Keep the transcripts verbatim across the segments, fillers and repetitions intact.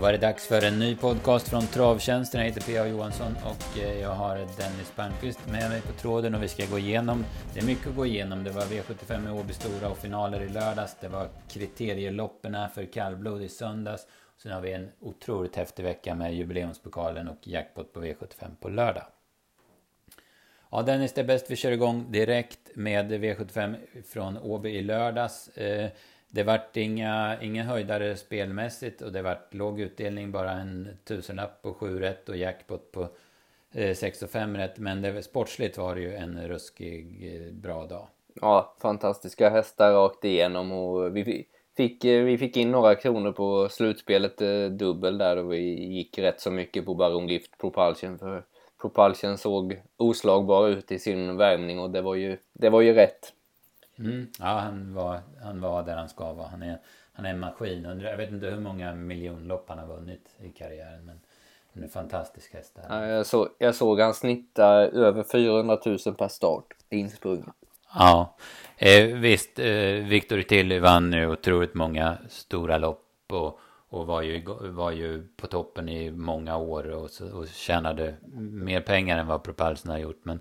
Då var det dags för en ny podcast från Travtjänsten. Jag heter P A Johansson och jag har Dennis Palmqvist med mig på tråden och vi ska gå igenom, det är mycket att gå igenom. Det var V sjuttiofem i Åby Stora och finaler i lördags. Det var kriterieloppen för kallblod i söndags. Sen har vi en otroligt häftig vecka med jubileumspokalen och jackpot på V sjuttiofem på lördag. Ja, Dennis, det är bäst vi kör igång direkt med V sjuttiofem från Åby i lördags. Det vart inga, ingen höjdare spelmässigt och det vart låg utdelning, bara en tusenlapp på sju rätt och jackpot på sex och fem rätt. Men det, sportsligt var det ju en ruskig bra dag. Ja, fantastiska hästar rakt igenom och vi fick, vi fick in några kronor på slutspelet dubbel där och vi gick rätt så mycket på Baron Gift Propulsion för Propulsion såg oslagbar ut i sin värmning och det var ju, det var ju rätt. Mm. Ja, han var, han var där han ska vara. Han är, han är en maskin. Jag vet inte hur många miljonlopp han har vunnit i karriären, men han är en fantastisk häst där. Ja, jag, så, jag såg han snitta över fyrahundratusen per start insprungen. Ja, eh, visst. Eh, Victor Tilly vann ju otroligt många stora lopp och, och var, ju, var ju på toppen i många år och, och tjänade mer pengar än vad Propulsion har gjort, men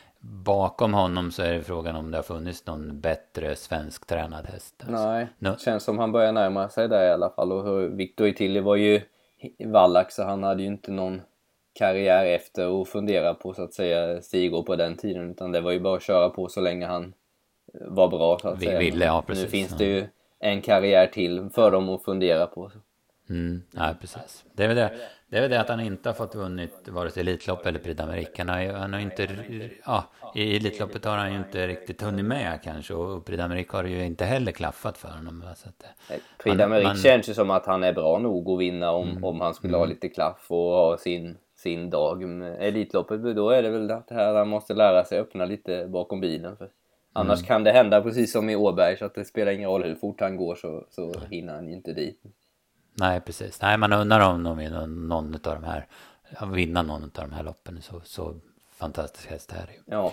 bakom honom så är det frågan om det har funnits någon bättre svensk tränad häst. Alltså. Nej, no. det känns som han börjar närma sig där i alla fall. Och Victor Tilly var ju vallack så han hade ju inte någon karriär efter att fundera på så att säga stigå på den tiden. Utan det var ju bara att köra på så länge han var bra så att Vi säga. ville, ja, precis. Nu finns det ju en karriär till för dem att fundera på. Mm, nej, precis. Det är väl det. Det är väl det att han inte har fått vunnit vare sig Elitlopp eller Prix d'Amérique. Han har, ju, han har inte, ja, i Elitloppet har han ju inte riktigt hunnit med kanske. Och Prix d'Amérique har ju inte heller klaffat för honom. Så att, Prix d'Amérique man... känns ju som att han är bra nog att vinna om, mm, om han skulle mm. ha lite klaff och ha sin, sin dag. Men Elitloppet, då är det väl det här han måste lära sig öppna lite bakom bilen. För annars mm. kan det hända precis som i Åberg så att det spelar ingen roll hur fort han går så, så mm. hinner han inte dit. Nej, precis. Nej, man undrar om de vinner någon av de här, vinna någon av de här loppen. Så, så fantastisk häst här. Ja.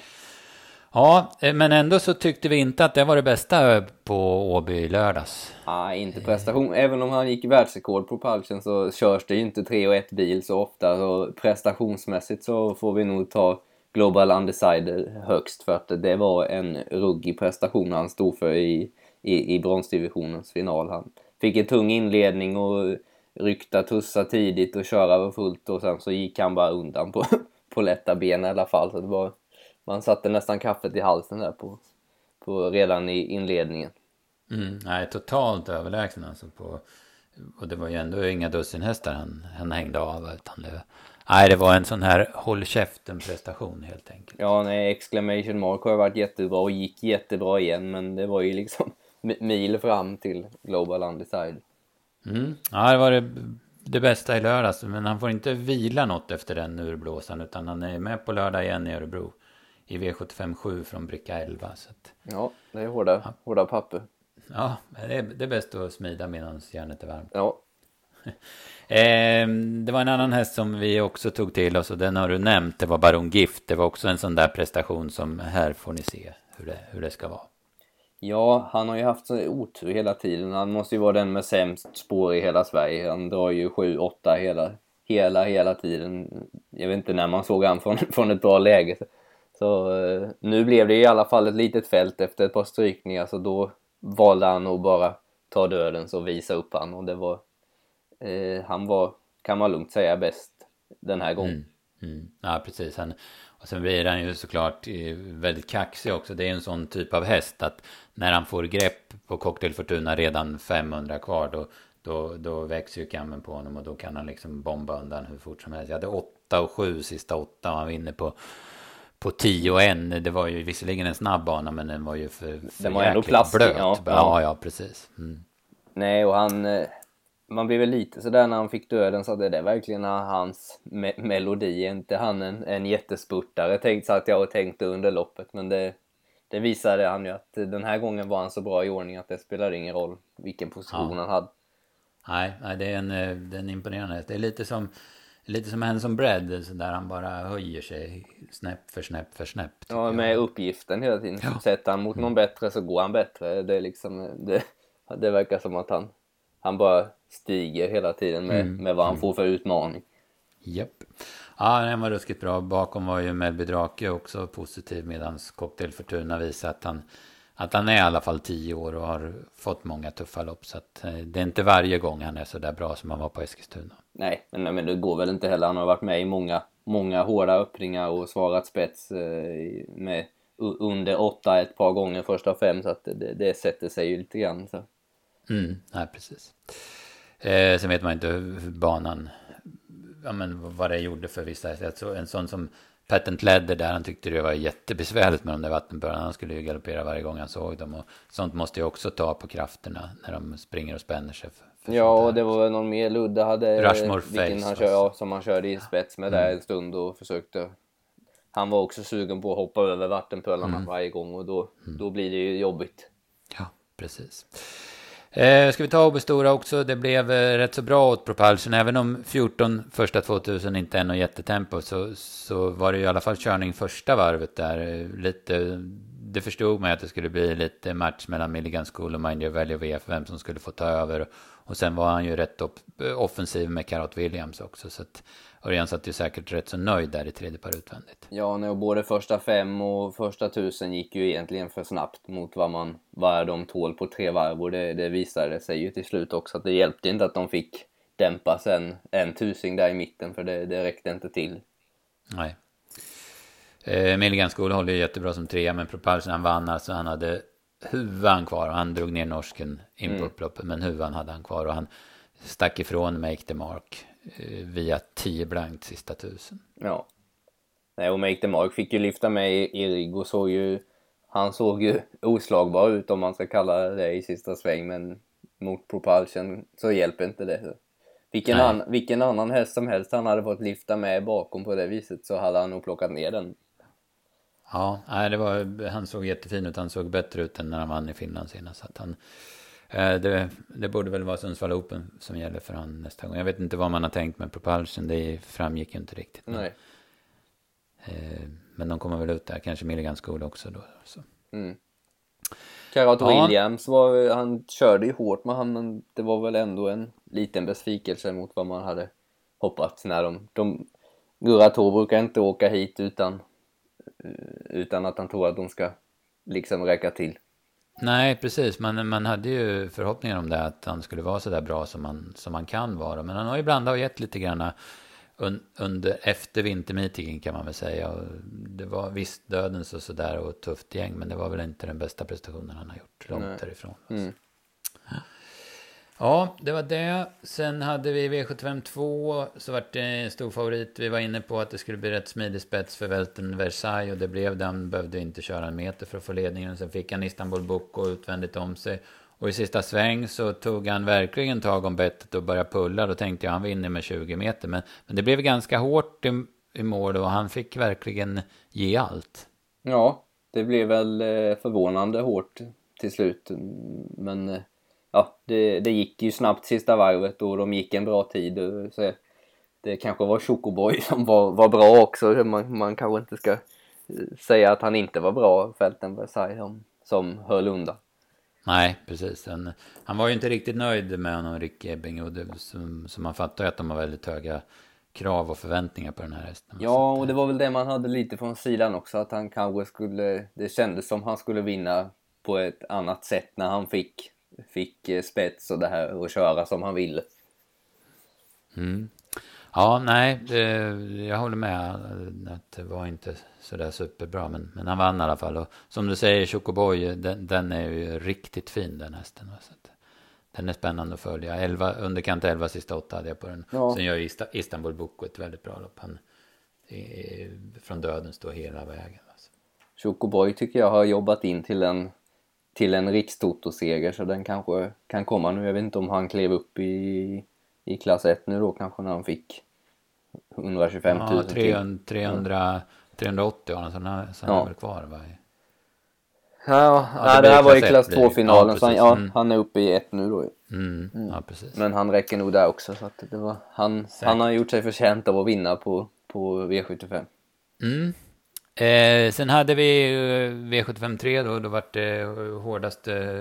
Ja, men ändå så tyckte vi inte att det var det bästa på Åby i lördags. Nej, inte prestation. Även om han gick världsrekord på Propulsion så körs det ju inte tre och ett bil så ofta. Så prestationsmässigt så får vi nog ta Global Undecided högst för att det var en ruggig prestation han stod för i, i, i bronsdivisionens final. Han fick en tung inledning och rykta tussa tidigt och köra över fullt och sen så gick han bara undan på, på lätta ben i alla fall. Så det var, man satte nästan kaffet i halsen där på, på redan i inledningen. Mm, nej, totalt överlägsen alltså på, och det var ju ändå inga dussinhästar han, han hängde av utan det, nej, det var en sån här håll käften prestation helt enkelt. Ja, nej, Exclamation Mark har varit jättebra och gick jättebra igen, men det var ju liksom mil fram till Global Undecided. Mm. Ja, det var det, det bästa i lördags. Men han får inte vila något efter den urblåsan. Utan han är med på lördag igen i Örebro. I V sjuttiofem sju från bricka elva. Så att, ja, det är hårda, ja. hårda papper. Ja, det är, det är bäst att smida medan järnet är varmt. Ja. eh, det var en annan häst som vi också tog till oss. Och den har du nämnt. Det var Baron Gift. Det var också en sån där prestation som här får ni se hur det, hur det ska vara. Ja, han har ju haft så otur hela tiden. Han måste ju vara den med sämst spår i hela Sverige. Han drar ju sju åtta hela, hela, hela tiden. Jag vet inte när man såg han från, från ett bra läge. Så eh, nu blev det i alla fall ett litet fält efter ett par strykningar. Så då valde han att bara ta döden och visa upp han. Och det var, eh, han var, kan man lugnt säga, bäst den här gången. Mm, mm. Ja, precis. Han... Och sen blir han ju såklart väldigt kaxig också. Det är en sån typ av häst att när han får grepp på Cocktail Fortuna redan femhundra kvar då, då, då växer ju kammen på honom och då kan han liksom bomba undan hur fort som helst. Jag hade åtta och sju sista åtta och han vinner på, på tio och en. Det var ju visserligen en snabb bana men den var ju för, för den var ändå plastig, blöt. Ja, ja. ja, ja precis. Mm. Nej, och han... Man blev väl lite sådär när han fick döden så att det är verkligen hans me- melodi. Inte han en, en jättespurtare tänkt så att jag har tänkt under loppet. Men det, det visade han ju att den här gången var han så bra i ordning att det spelar ingen roll vilken position ja. han hade. Nej, nej det, är en, det är en imponerande. Det är lite som, lite som Handsome Bread så där han bara höjer sig snäpp för snäpp för snäpp. Ja, med jag. uppgiften hela tiden. Ja. Sätter han mot någon bättre så går han bättre. Det, är liksom, det, det verkar som att han han bara stiger hela tiden med, mm. med vad han får för utmaning. Japp. Ja, den var ruskigt bra. Bakom var ju Melby Drake också positiv, medan Cocktail Fortuna visar att han, att han är i alla fall tio år och har fått många tuffa lopp. Så att, eh, det är inte varje gång han är så där bra som han var på Eskilstuna. Nej, men, men det går väl inte heller. Han har varit med i många, många hårda öppningar och svarat spets eh, med under åtta ett par gånger första fem. Så att det, det sätter sig ju lite grann. Så. Mm, nej, precis. Eh, sen vet man inte hur banan... Ja, men vad det gjorde för vissa. Så en sån som Patent Leather där, han tyckte det var jättebesvärligt med de där vattenbördarna. Han skulle ju galoppera varje gång han såg dem. Och sånt måste ju också ta på krafterna när de springer och spänner sig. För, för ja, och det var väl någon mer Ludde hade... Rushmore Face. Han kör, ja, som han körde i spets med mm. där en stund och försökte... Han var också sugen på att hoppa över vattenpölarna mm. varje gång och då, mm. då blir det ju jobbigt. Ja, precis. Eh, ska vi ta Åby Stora också? Det blev eh, rätt så bra åt Propulsion. Även om fjorton första tvåtusen inte är något jättetempo så, så var det ju i alla fall körning första varvet där. Lite, det förstod mig att det skulle bli lite match mellan Milligan School och Mind Your Value och V F, vem som skulle få ta över. Och sen var han ju rätt upp, offensiv med Carrot Williams också. Så att Örjan satt ju säkert rätt så nöjd där i tredje par utvändigt. Ja, när både första fem och första tusen gick ju egentligen för snabbt mot vad man vad de tål på tre varv. Och det, det visade sig ju till slut också att det hjälpte inte att de fick dämpa sen en tusing där i mitten, för det, det räckte inte till. Nej. Eh, Milligan School håller ju jättebra som trea, men Propulsion han vann, alltså han hade huvan kvar och han drog ner norsken in på mm. upploppet, men huvan hade han kvar och han stack ifrån Make the Mark eh, via tio blankt sista tusen. Ja. Nej, och Make the Mark fick ju lyfta med i, i rygg och såg ju, han såg ju oslagbar ut om man ska kalla det i sista sväng, men mot Propulsion så hjälper inte det. Vilken, an, vilken annan häst som helst han hade fått lyfta med bakom på det viset så hade han nog plockat ner den. Ja, nej, det var, han såg jättefin ut. Han såg bättre ut än när han vann i Finland senast. Så att han, eh, det, det borde väl vara Sundsvall Open som gäller för han nästa gång. Jag vet inte vad man har tänkt med Propulsion. Det framgick ju inte riktigt. Men, nej. Eh, men de kommer väl ut där. Kanske Milligan School också då. Så. Mm. Carrot ja. Williams var, han körde ju hårt, men han, det var väl ändå en liten besvikelse mot vad man hade hoppats när de, de Gurator brukar inte åka hit utan utan att han tror att de ska liksom räcka till. Nej, precis. Man, man hade ju förhoppningar om det, att han skulle vara så där bra som man, som man kan vara. Men han har ju blandat och gett lite grann un, under, efter vintermeetingen kan man väl säga. Och det var visst dödens och sådär och tufft gäng, men det var väl inte den bästa prestationen han har gjort långt Nej. därifrån. Mm. Ja, det var det. Sen hade vi V sjuttiofem två, så var det en stor favorit. Vi var inne på att det skulle bli rätt smidig spets för Welten Versailles och det blev det. Han behövde inte köra en meter för att få ledningen. Sen fick han Istanbul Boko utvändigt om sig. Och i sista sväng så tog han verkligen tag om bettet och började pulla. Då tänkte jag han vinner med tjugo meter. Men, men det blev ganska hårt i, i mål och han fick verkligen ge allt. Ja, det blev väl förvånande hårt till slut. Men... Ja, det, det gick ju snabbt sista varvet och de gick en bra tid. Så det kanske var Chocoboy som var, var bra också. Man, man kanske inte ska säga att han inte var bra, Welten Versailles, som, som höll undan. Nej, precis. Han, han var ju inte riktigt nöjd med honom, Rick Ebbing. Och det, som, som man fattar att de har väldigt höga krav och förväntningar på den här hästen. Ja, och det var väl det man hade lite från sidan också. Att han kanske skulle, det kändes som han skulle vinna på ett annat sätt när han fick... fick spets och det här och köra som han ville. Mm. Ja, nej, det, jag håller med att det var inte så där superbra, men, men han vann i alla fall. Och som du säger, Chocoboy, den, den är ju riktigt fin den hästen. Så att, den är spännande att följa. elva, underkant elva sista åtta hade jag på den. Ja. Sen gör ju Istanbul Boko ett väldigt bra lopp. Han är, från döden står hela vägen. Alltså. Chocoboy tycker jag har jobbat in till en till en rikstotoseger, så den kanske kan komma nu. Jag vet inte om han klev upp i, i klass ett nu då, kanske när han fick hundratjugofem tusen ja, trehundra, trehundra, trehundraåttio och så han, så han ja. är väl kvar va? Ja, ja, det, det här var i klass två-finalen, ja, så han, ja, mm. han är uppe i ett nu då. Mm. Mm. Ja, precis. Men han räcker nog där också, så att det var, han, han har gjort sig förtjänt av att vinna på, på V sjuttiofem. Mm. Eh, sen hade vi V sjuttiofem tre då, då var det hårdaste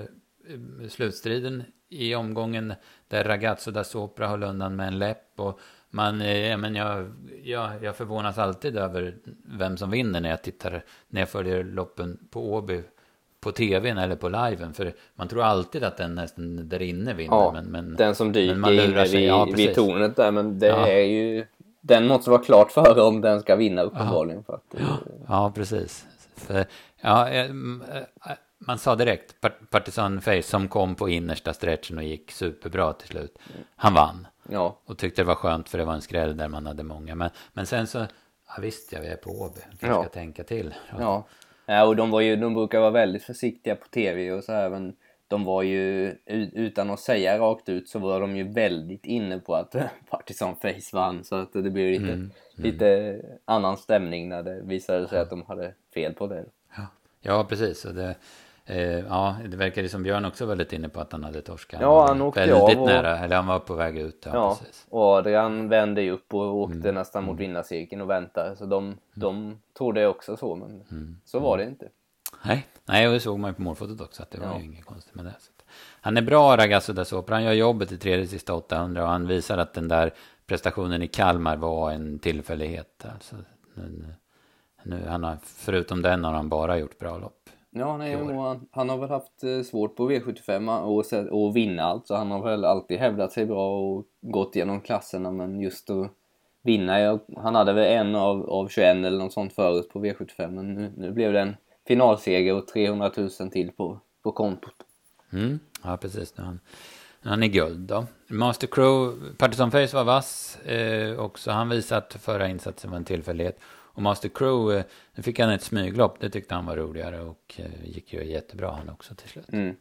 slutstriden i omgången där Ragazzo da Sopra höll undan med en läpp. Och man, eh, men jag, jag, jag förvånas alltid över vem som vinner när jag tittar, när jag följer loppen på Åby på tvn eller på liven, för man tror alltid att den nästan där inne vinner. Ja, men, men, den som dyker men man lurar in sig. vid, Ja, vid tornet där, men det Ja. är ju, den måste vara klart före om den ska vinna uppenbarligen. För att, Ja, ja, precis. För, ja, eh, man sa direkt, Partisan Face som kom på innersta stretchen och gick superbra till slut. Han vann. Ja. Och tyckte det var skönt för det var en skräll där man hade många. Men, men sen så, ja visst, jag är på Åby. Jag Ja. ska tänka till. Ja. Ja, och de var ju, de brukar vara väldigt försiktiga på tv och så här, men de var ju, utan att säga rakt ut, så var de ju väldigt inne på att Partisan Face vann, så att det blev lite, mm, mm. lite annan stämning när det visade sig ja. att de hade fel på det. Ja, ja precis. Och det, eh, ja, det verkade som Björn också väldigt inne på att han hade torskat. Ja, han åkte väldigt av och, nära, eller han var på väg ut. Ja, ja precis. Och Adrian vände ju upp och åkte mm. nästan mot mm. vinnarcirkeln och väntade, så de, mm. de trodde också så, men mm. så var det inte. Nej, nej, och det såg man ju på målfotot också, att det var ja. ju inget konstigt med det. Så han är bra, Ragazzo da Sopra. Han gör jobbet i tredje sista åttahundra och han visar att den där prestationen i Kalmar var en tillfällighet. Alltså, nu, nu, han har, förutom den har han bara gjort bra lopp. Ja, nej, han, han har väl haft svårt på V sjuttiofem och, och vinna allt, så han har väl alltid hävdat sig bra och gått igenom klasserna, men just att vinna, jag, han hade väl en av, av tjugoett eller något sånt förut på V sjuttiofem, men nu, nu blev det en finalseger och trehundratusen till på, på kontot. Mm, ja, precis. Nu han, nu han är guld då. Master Crow, Partisan Face var vass eh, också. Han visade att förra insatsen var en tillfällighet. Och Master Crow, eh, nu fick han ett smyglopp. Det tyckte han var roligare och eh, gick ju jättebra han också till slut. Mm.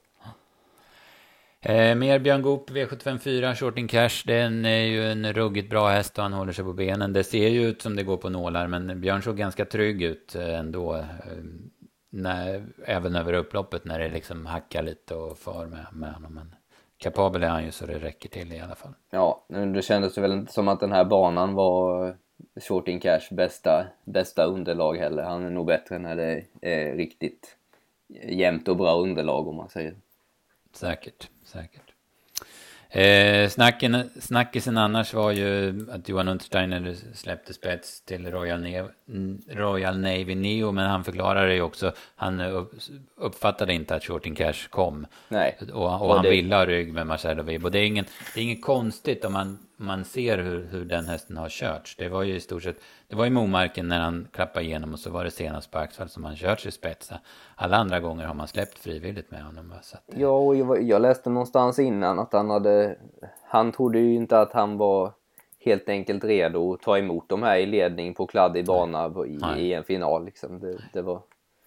Eh, mer Björn Goop, V sjuttiofem fyra, Shorting Cash. Den är ju en ruggigt bra häst och han håller sig på benen. Det ser ju ut som det går på nålar, men Björn såg ganska trygg ut eh, ändå. Eh, när, även över upploppet när det liksom hackar lite och far med, med honom. Men kapabel är han ju så det räcker till i alla fall. Ja, det kändes väl inte som att den här banan var Shorting Cash bästa, bästa underlag heller. Han är nog bättre när det är riktigt jämnt och bra underlag, om man säger. Säkert, säkert. Eh, snacken, snackisen annars var ju att Johan Untersteiner släppte spets till Royal Navy, Royal Navy Neo, men han förklarade ju också, han uppfattade inte att Shorting Cash kom. Nej. Och, och, och han det... ville ha rygg med Marcelo Vibo. Det är ingen, det är inget konstigt om man, man ser hur, hur den hästen har körts. Det var ju i stort sett, det var i Momarken när han klappade igenom och så var det senast på Axvall som han kört sig spetsa. Alla andra gånger har man släppt frivilligt med honom. Så att, ja, och jag, jag läste någonstans innan att han hade, han trodde ju inte att han var helt enkelt redo att ta emot de här i ledning på kladdig bana i, i en final liksom. Det, det var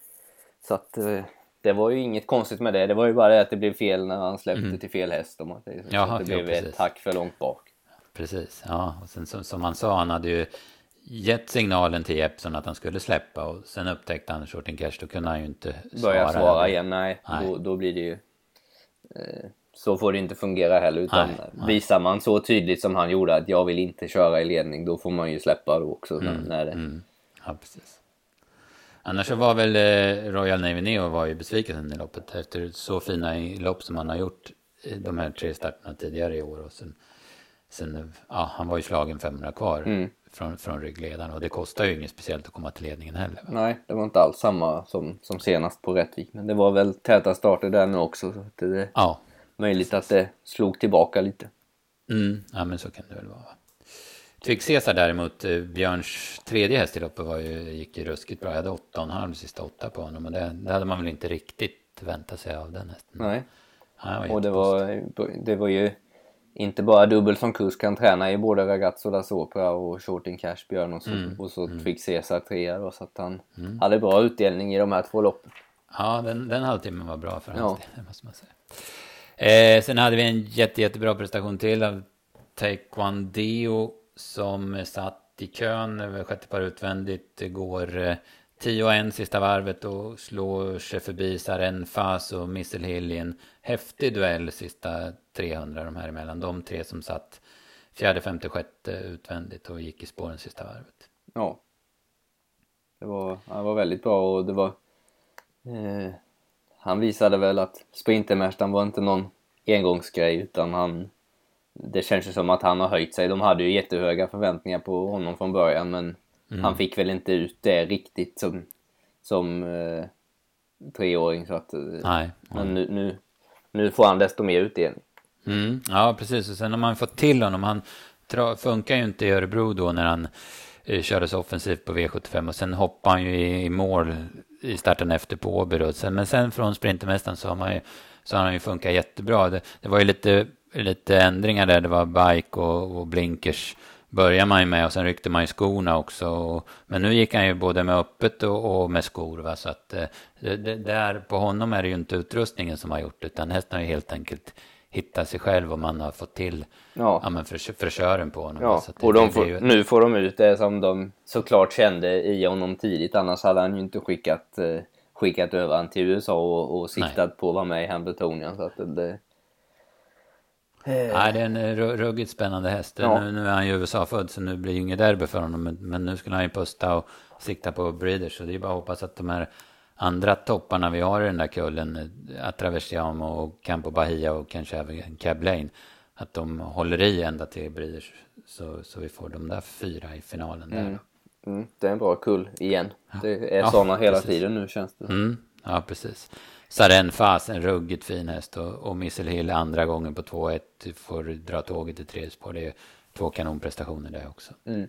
så att det var ju inget konstigt med det. Det var ju bara det att det blev fel när han släppte mm. till fel häst. Om man säger så. Jaha, så det blev ja, ett tack för långt bak. Precis, ja. Och sen som, som han sa, han hade ju gett signalen till Jeppson att han skulle släppa. Och sen upptäckte han Shorting Cash, då kunde han ju inte svara. Börja svara igen, nej. nej. Då, då blir det ju... Eh, så får det inte fungera heller. Utan nej, nej. Visar man så tydligt som han gjorde att jag vill inte köra i ledning, då får man ju släppa då också. Mm, när det... mm. Ja, precis. Annars så var väl eh, Royal Navy Neo var ju besviken i loppet efter så fina lopp som han har gjort de här tre starterna tidigare i år. Och sen, sen ja, han var ju slagen femhundra kvar mm. från, från ryggledaren och det kostar ju inget speciellt att komma till ledningen heller. Va? Nej, det var inte alls samma som, som senast på Rättvik, men det var väl täta starter där nu också. Så det är ja, möjligt precis. Att det slog tillbaka lite. Mm, ja, men så kan det väl vara. Twix Cesar däremot, Björns tredje häst i loppet var ju, gick ju ruskigt bra. Jag hade åtta och en halv sista åtta på honom. Och det, det hade man väl inte riktigt väntat sig av den hästen. Nej, ja, och det var, det var ju inte bara dubbel som kurs kan träna i både Ragazzo da Sopra och Shorting Cash Björn och så, mm. och så mm. Twix Cesar trea då, så att han mm. hade bra utdelning i de här två loppen. Ja, den, den halvtimmen var bra för hans del, måste man säga. Eh, sen hade vi en jätte, jättebra prestation till av Taekwondo som satt i kön, sjätte par utvändigt, går tio och en sista varvet och slår sig förbi Saren Fas och Missile Hill i en häftig duell sista trehundra, de här emellan. De tre som satt fjärde, femte, sjätte utvändigt och gick i spåren sista varvet. Ja, det var, det var väldigt bra och det var... Eh, han visade väl att Sprintermästaren var inte någon engångsgrej, utan han, det känns ju som att han har höjt sig. De hade ju jättehöga förväntningar på honom från början, men mm. han fick väl inte ut det riktigt som, som eh, treåring. Så att, nej, men nu, nu, nu får han desto mer utdelning. Mm, ja, precis. Och sen har man fått till honom. Han tra- funkar ju inte i Örebro då när han eh, körde så offensivt på V sjuttiofem. Och sen hoppar han ju i, i mål i starten efter på Åby då. Sen, men sen från Sprintermästaren så har man ju, så har han ju funkat jättebra. Det, det var ju lite, lite ändringar där. Det var bike och, och blinkers börjar man ju med, och sen ryckte man ju skorna också. Och, men nu gick han ju både med öppet och, och med skor. Va? Så att eh, det, det, där på honom är det ju inte utrustningen som har gjort, utan hästen har ju helt enkelt hitta sig själv, och man har fått till ja. Ja, men för, frisören på honom. Ja, så det, och de det får, ju... nu får de ut det som de såklart kände i honom tidigt. Annars hade han ju inte skickat, eh, skickat över han till U S A och, och siktat Nej. på att vara med i Hamiltonien. Så att det, det... Nej, det är en ruggigt spännande häst. Ja. Nu, nu är han ju U S A-född, så nu blir ju inget derby för honom. Men, men nu skulle han ju posta och sikta på Breeders. Så det är bara att hoppas att de här andra topparna vi har i den där kullen, Atraversiamo och Campo Bahia och kanske även Cab Lane, att de håller i ända till Breeders, så, så vi får de där fyra i finalen där. Mm. Mm. Det är en bra kull igen. Det är ja, sådana hela precis. tiden nu, känns det. Mm. Ja, precis. Saren Fas, en ruggigt fin häst, och, och Missile Hill andra gången på två ett får dra tåget i tredje spår. Det är två kanonprestationer där också. Mm.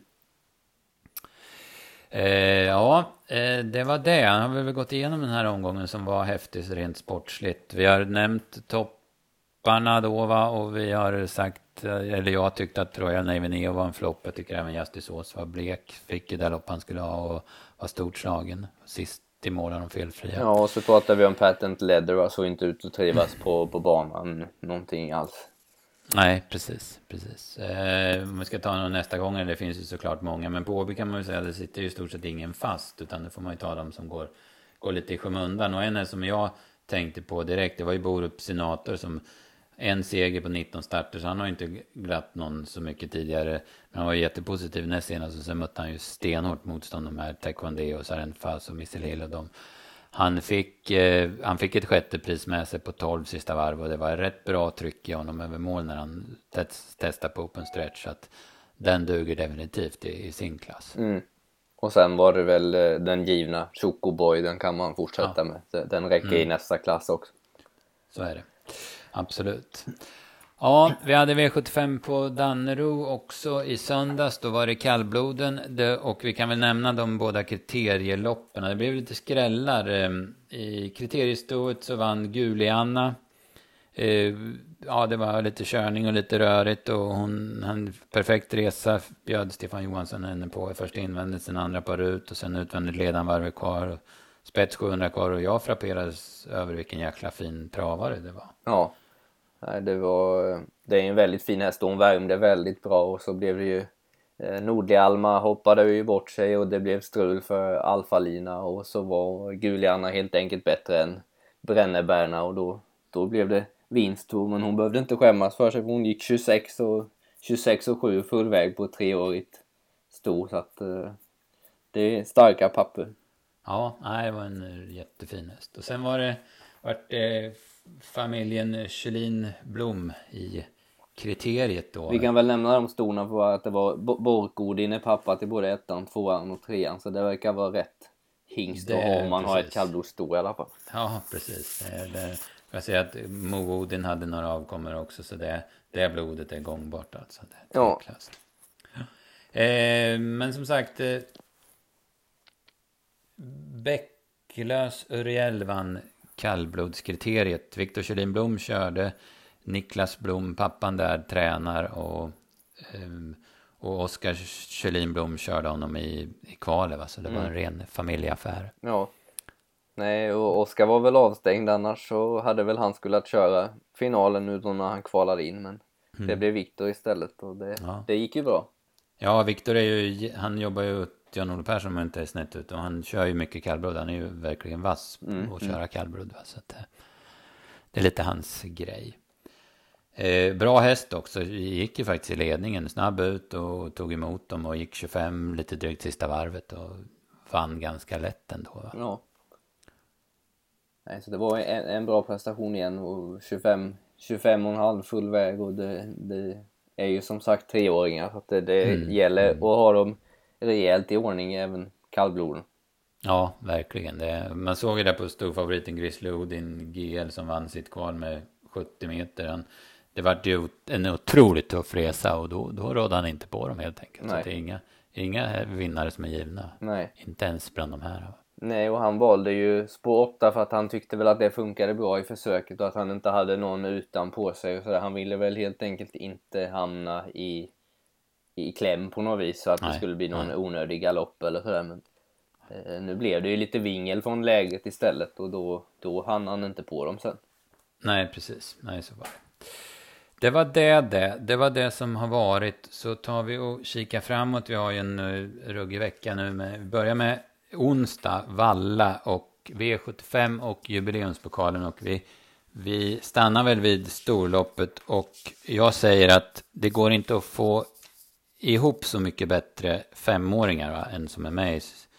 Eh, ja, eh, det var det. Han har väl gått igenom den här omgången som var häftigt rent sportsligt. Vi har nämnt topparna då, va? Och vi har sagt, eller jag tyckte att Royal Navy Neo var en flopp. Jag tycker även Justice Ås var blek. Fick ju det lopp han skulle ha och var stort slagen. Sist i mål av de felfria. Ja, och så pratar vi om Patent Leather, och så inte ut och trivas på, på banan någonting alls. Nej, precis, precis. Eh, om vi ska ta någon nästa gång, det finns ju såklart många, men på Åby kan man ju säga att det sitter ju i stort sett ingen fast, utan det får man ju ta dem som går, går lite i skymundan. Och en är som jag tänkte på direkt, det var ju Borup Senator som en seger på nitton starter, så han har ju inte glatt någon så mycket tidigare, men han var ju jättepositiv näst senast, och sen mötte han ju stenhårt motstånd, de här Taekwondo och Saren Fas och Missile Hill och dem. Han fick, eh, han fick ett sjätte pris med sig på tolv sista varv, och det var rätt bra tryck i honom över mål när han test, testade på open stretch, så att den duger definitivt i, i sin klass. Mm. Och sen var det väl eh, den givna Chocoboy, den kan man fortsätta ja. med. Den räcker mm. i nästa klass också. Så är det. Absolut. Ja, vi hade V sjuttiofem på Dannero också i söndags. Då var det kallbloden. Det, och vi kan väl nämna de båda kriterieloppen. Det blev lite skrällar. I kriteriestået så vann Gulianna. Ja, det var lite körning och lite rörigt. Och hon han perfekt resa bjöd Stefan Johansson henne på. Först invändigt, sen andra par ut. Och sen utvändigt ledan varvet kvar. Och spets sjuhundra kvar. Och jag frapperades över vilken jäkla fin travare det var. Ja. Nej, det var, det är en väldigt fin häst, och hon värmde väldigt bra, och så blev det ju eh, Nordlig Alma hoppade ju bort sig, och det blev strul för Alfalina, och så var Gulianna helt enkelt bättre än Brenneberna, och då, då blev det vinst. Men hon behövde inte skämmas för sig, för hon gick tjugosex och, tjugosex och sju full väg på treårigt stor, så att eh, det är starka papper. Ja, nej, det var en jättefin häst. Och sen var det, vart det familjen Kjellin Blom i kriteriet då. Vi kan väl nämna de storna för att det var Borkodin är pappa till både ettan, tvåan och trean, så det verkar vara rätt hingst då, om man precis. har ett kallblodsstor i alla fall. Ja, precis. Det, jag säger att Moodin hade några avkommor också, så det, det blodet är gångbart alltså. Det är ja. ja. Eh, men som sagt, eh, Bäcklös Uriel vann kallblodskriteriet. Viktor Kjellin Blom körde, Niklas Blom, pappan där, tränar, och, um, och Oskar Kjellin Blom körde honom i, i kvalet, va? Så det mm. var en ren familjeaffär. Ja. Nej, och Oskar var väl avstängd, annars så hade väl han skulle att köra finalen nu då när han kvalade in, men mm. det blev Viktor istället, och det, ja. det gick ju bra. Ja, Viktor är ju, han jobbar ju Jan-Olof Persson som inte är snett ut, och han kör ju mycket kallblod. Han är ju verkligen vass mm, på att köra mm. kallblod, va? Så att det, det är lite hans grej. Eh, bra häst också, gick ju faktiskt i ledningen, snabb ut och tog emot dem och gick tjugofem lite drygt sista varvet och vann ganska lätt ändå, va? Ja. Nej, så det var en, en bra prestation igen och tjugofem, tjugofem och en halv full väg och det, det är ju som sagt treåringar så att det, det mm. gäller mm. att ha dem rejält i ordning även kallbloden. Ja, verkligen. Det, man såg ju det på storfavoriten Grizzly Odin G L som vann sitt kval med sjuttio meter. Han, det var ju en otroligt tuff resa och då, då rådde han inte på dem helt enkelt. Nej. Så det är inga, inga vinnare som är givna. Nej. Inte ens bland de här. Nej, och han valde ju spår åtta för att han tyckte väl att det funkade bra i försöket och att han inte hade någon utan på sig. Och så där. Han ville väl helt enkelt inte hamna i, i kläm på något vis så att nej, det skulle bli någon nej. onödig galopp eller sådär. Men eh, nu blev det ju lite vingel från läget istället och då, då hann han inte på dem sen. Nej, precis. Nej, så var det. Det var det, det. Det var det som har varit. Så tar vi och kikar framåt. Vi har ju en uh, ruggig vecka nu. Med, vi börjar med onsdag, Valla och V sjuttiofem och jubileumspokalen. Och vi, vi stannar väl vid storloppet. Och jag säger att det går inte att få ihop så mycket bättre femåringar va, än som är med i,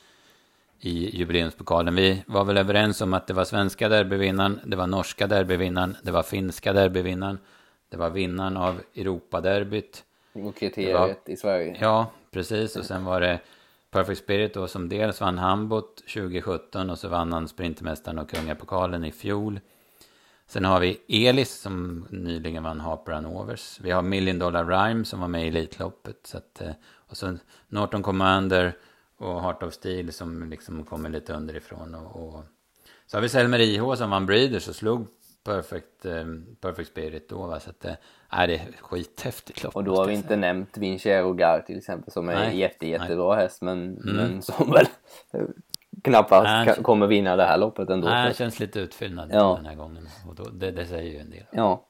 i jubileumspokalen. Vi var väl överens om att det var svenska derbyvinnaren, det var norska derbyvinnaren, det var finska derbyvinnaren. Det var vinnaren av Europaderbyt. Och kriteriet i Sverige. Ja, precis. Och sen var det Perfect Spirit då, som dels vann Hambot tjugo sjutton och så vann han Sprintermästaren och Kungapokalen i fjol. Sen har vi Elis som nyligen vann Harper Hanovers. Vi har Million Dollar Rhyme som var med i Elitloppet. Så att, och så Norton Commander och Heart of Steel som liksom kommer lite underifrån. Och, och så har vi Selmer I H som vann Breeders och slog Perfect, um, Perfect Spirit då va? Så att det är det skithäftigt lopp. Och då har vi inte nämnt Vincero Gar till exempel som är nej, jätte, jättebra nej. häst men, mm. men som väl knappast nej, kan, kommer vinna det här loppet ändå. Nej, det känns lite utfyllnad ja. den här gången och då, det, det säger ju en del. Ja.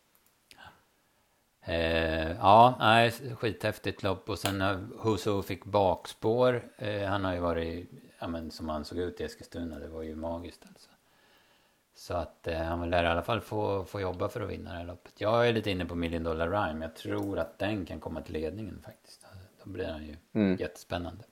Eh, ja, nej, skithäftigt lopp och sen uh, Huso fick bakspår. Eh, han har ju varit, ja men som han såg ut i Eskilstuna, det var ju magiskt alltså. Så att eh, han vill i alla fall få, få jobba för att vinna det här loppet. Jag är lite inne på Million Dollar Rhyme. Jag tror att den kan komma till ledningen faktiskt. Då blir han ju mm. jättespännande.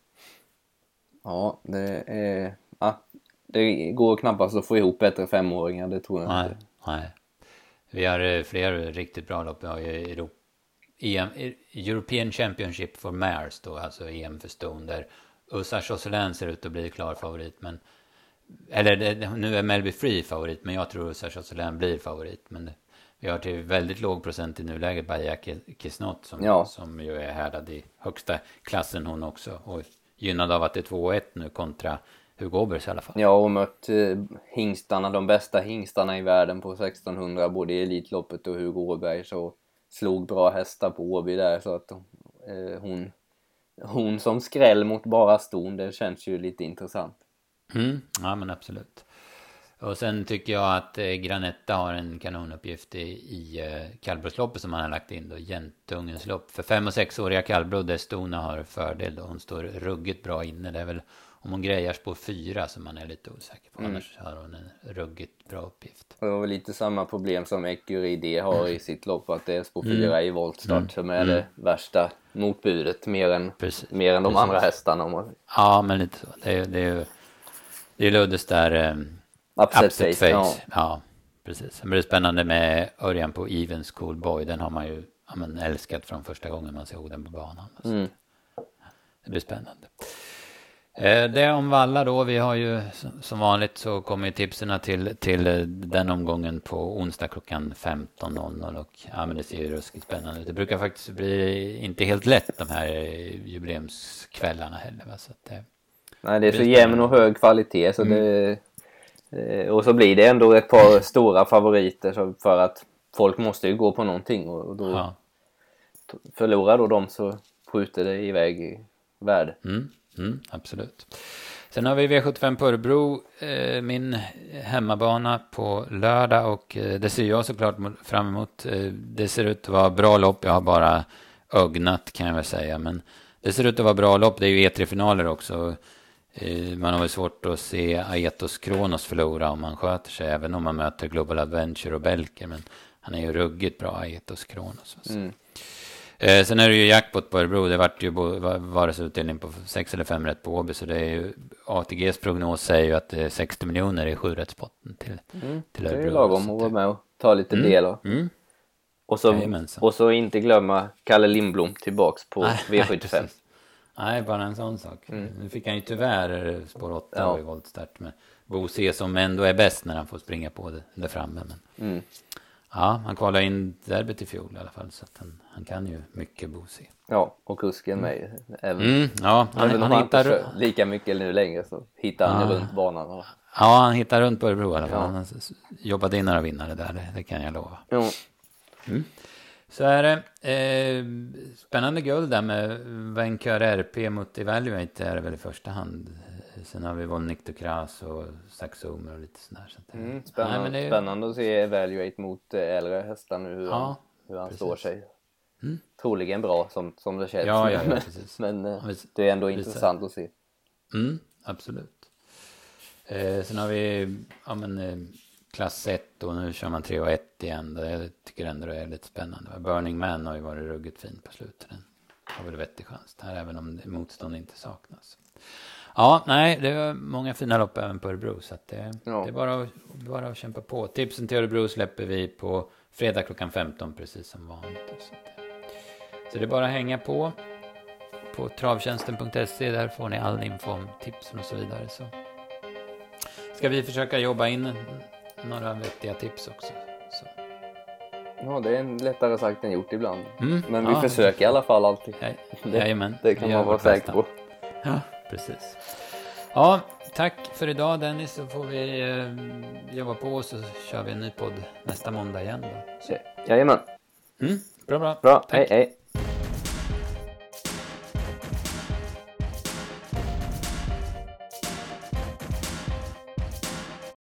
Ja, det är... Ja, det går knappast att få ihop bättre femåringar, det tror jag nej, inte. Nej, vi har fler riktigt bra lopp. Vi har ju Europa, E M, European Championship for Mares då, alltså E M för ston där Ussa Josselin ser ut att bli klar favorit, men eller det, nu är Melby Free favorit, men jag tror att Josselin blir favorit. Men det, vi har till väldigt låg procent i nuläget Bahia Kisnot som, ja. som ju är härdad i högsta klassen hon också. Och gynnad av att det är två ett nu kontra Hugo Åbergs i alla fall. Ja, och mött eh, hingstarna, de bästa hingstarna i världen på sextonhundra, både i Elitloppet och Hugo Åberg, så slog bra hästar på Åby där. Så att eh, hon, hon som skräll mot bara ston, det känns ju lite intressant. Mm, ja men absolut. Och sen tycker jag att eh, Granetta har en kanonuppgift i, i eh, kallblodsloppet som han har lagt in då, Jäntungens lopp. För fem- och sexåriga kallblod där Stona har fördel och hon står ruggigt bra inne. Det är väl om hon grejar på fyra som man är lite osäker på. Mm. Annars har hon en ruggigt bra uppgift. Det var väl lite samma problem som Ecuride har mm. i sitt lopp, att det är på fyra mm. i voltstart mm. som är mm. det värsta motbudet mer än, mer än de Precis. andra hästarna. Om man... Ja, men lite så. Det är, det är, det är Luddes där... Eh, Upset, Upset face, face. Ja. ja, precis. Men det är spännande med Örjan på Even School Boy. Den har man ju ja, men, älskat från första gången man såg den på banan. Mm. Det blir spännande. Eh, det om Valla då. Vi har ju som vanligt så kommer tipsen till, till den omgången på onsdag klockan femton noll noll. Och ja, men det ser ju ruskigt spännande ut. Det brukar faktiskt bli inte helt lätt de här jubileumskvällarna heller. Va? Så att, eh, Nej, det är så jämn och hög kvalitet så mm. det... Och så blir det ändå ett par stora favoriter för att folk måste ju gå på någonting och då ja. förlorar då de så skjuter det iväg i värde. Mm, mm, absolut. Sen har vi V sjuttiofem på Örebro, eh, min hemmabana på lördag och eh, det ser jag såklart fram emot. Eh, det ser ut att vara bra lopp, jag har bara ögnat kan jag väl säga, men det ser ut att vara bra lopp. Det är ju E tre-finaler också. Man har väl svårt att se Aetos Kronos förlora om man sköter sig, även om man möter Global Adventure och Belker, men han är ju ruggigt bra Aetos Kronos. Mm. Eh, sen är det ju jackpot på Örebro. Det vart ju varusutdelning på sex eller fem rätt på Åby. Så det är ju, A T G:s prognos säger ju att det är sextio miljoner i sju rättspotten till, mm, till Örebro. Det är lagom att vara med och ta lite mm, del. Och, mm. och, så, och så inte glömma Kalle Lindblom tillbaks på nej, V sjuttiofem. Nej, nej, bara en sån sak. Mm. Nu fick han ju tyvärr spår åtta ja. i voltstart med Bo C som ändå är bäst när han får springa på det där framme. Men... Mm. Ja, han kvalar in derbyt i fjol i alla fall, så att han, han kan ju mycket Bo C. Ja, och kusken med ju. Även, mm, ja, han, även han, han hittar inte lika mycket nu längre så hittar han ja. runt banan. Och... Ja, han hittar runt på Örebro i alla fall. Ja. Han jobbade in några vinnare där, det, det kan jag lova. Ja. Mm. Så är det. Eh, spännande guld där med Vancouver R P mot Evaluate är det väl i första hand. Sen har vi Volnik Dukras och Saxomer och lite sådär. Så att, mm, spännande, nej, det... spännande att se Evaluate mot äldre hästar nu, hur ja, han, hur han står sig. Mm. Troligen bra som, som det känns. Ja, ja, ja, precis. Men ja, det är ändå intressant att se. Mm, absolut. Eh, sen har vi ja, men, eh, klass ett och nu kör man tre och ett igen. Det jag tycker ändå det är lite spännande. Burning Man har ju varit ruggigt fin på slutet. Den har väl vettig chans här även om motstånd inte saknas. Ja, nej, det var många fina lopp även på Örebro så att det, ja. det är bara att, bara att kämpa på. Tipsen till Örebro släpper vi på fredag klockan femton precis som vanligt. Så, så det är bara att hänga på på travtjänsten punkt se, där får ni all info om tipsen och så vidare. Så ska vi försöka jobba in några vettiga tips också. Så. Ja, det är lättare sagt än gjort ibland. Mm, Men vi ja, försöker i alla fall alltid. Ja, det, jajamän, det kan man vara säker på. Ja, precis. Ja, tack för idag Dennis, så får vi eh, jobba på och så kör vi en ny podd nästa måndag igen då. Så. Jajamän. Mm, bra, bra. Bra, tack. hej, hej.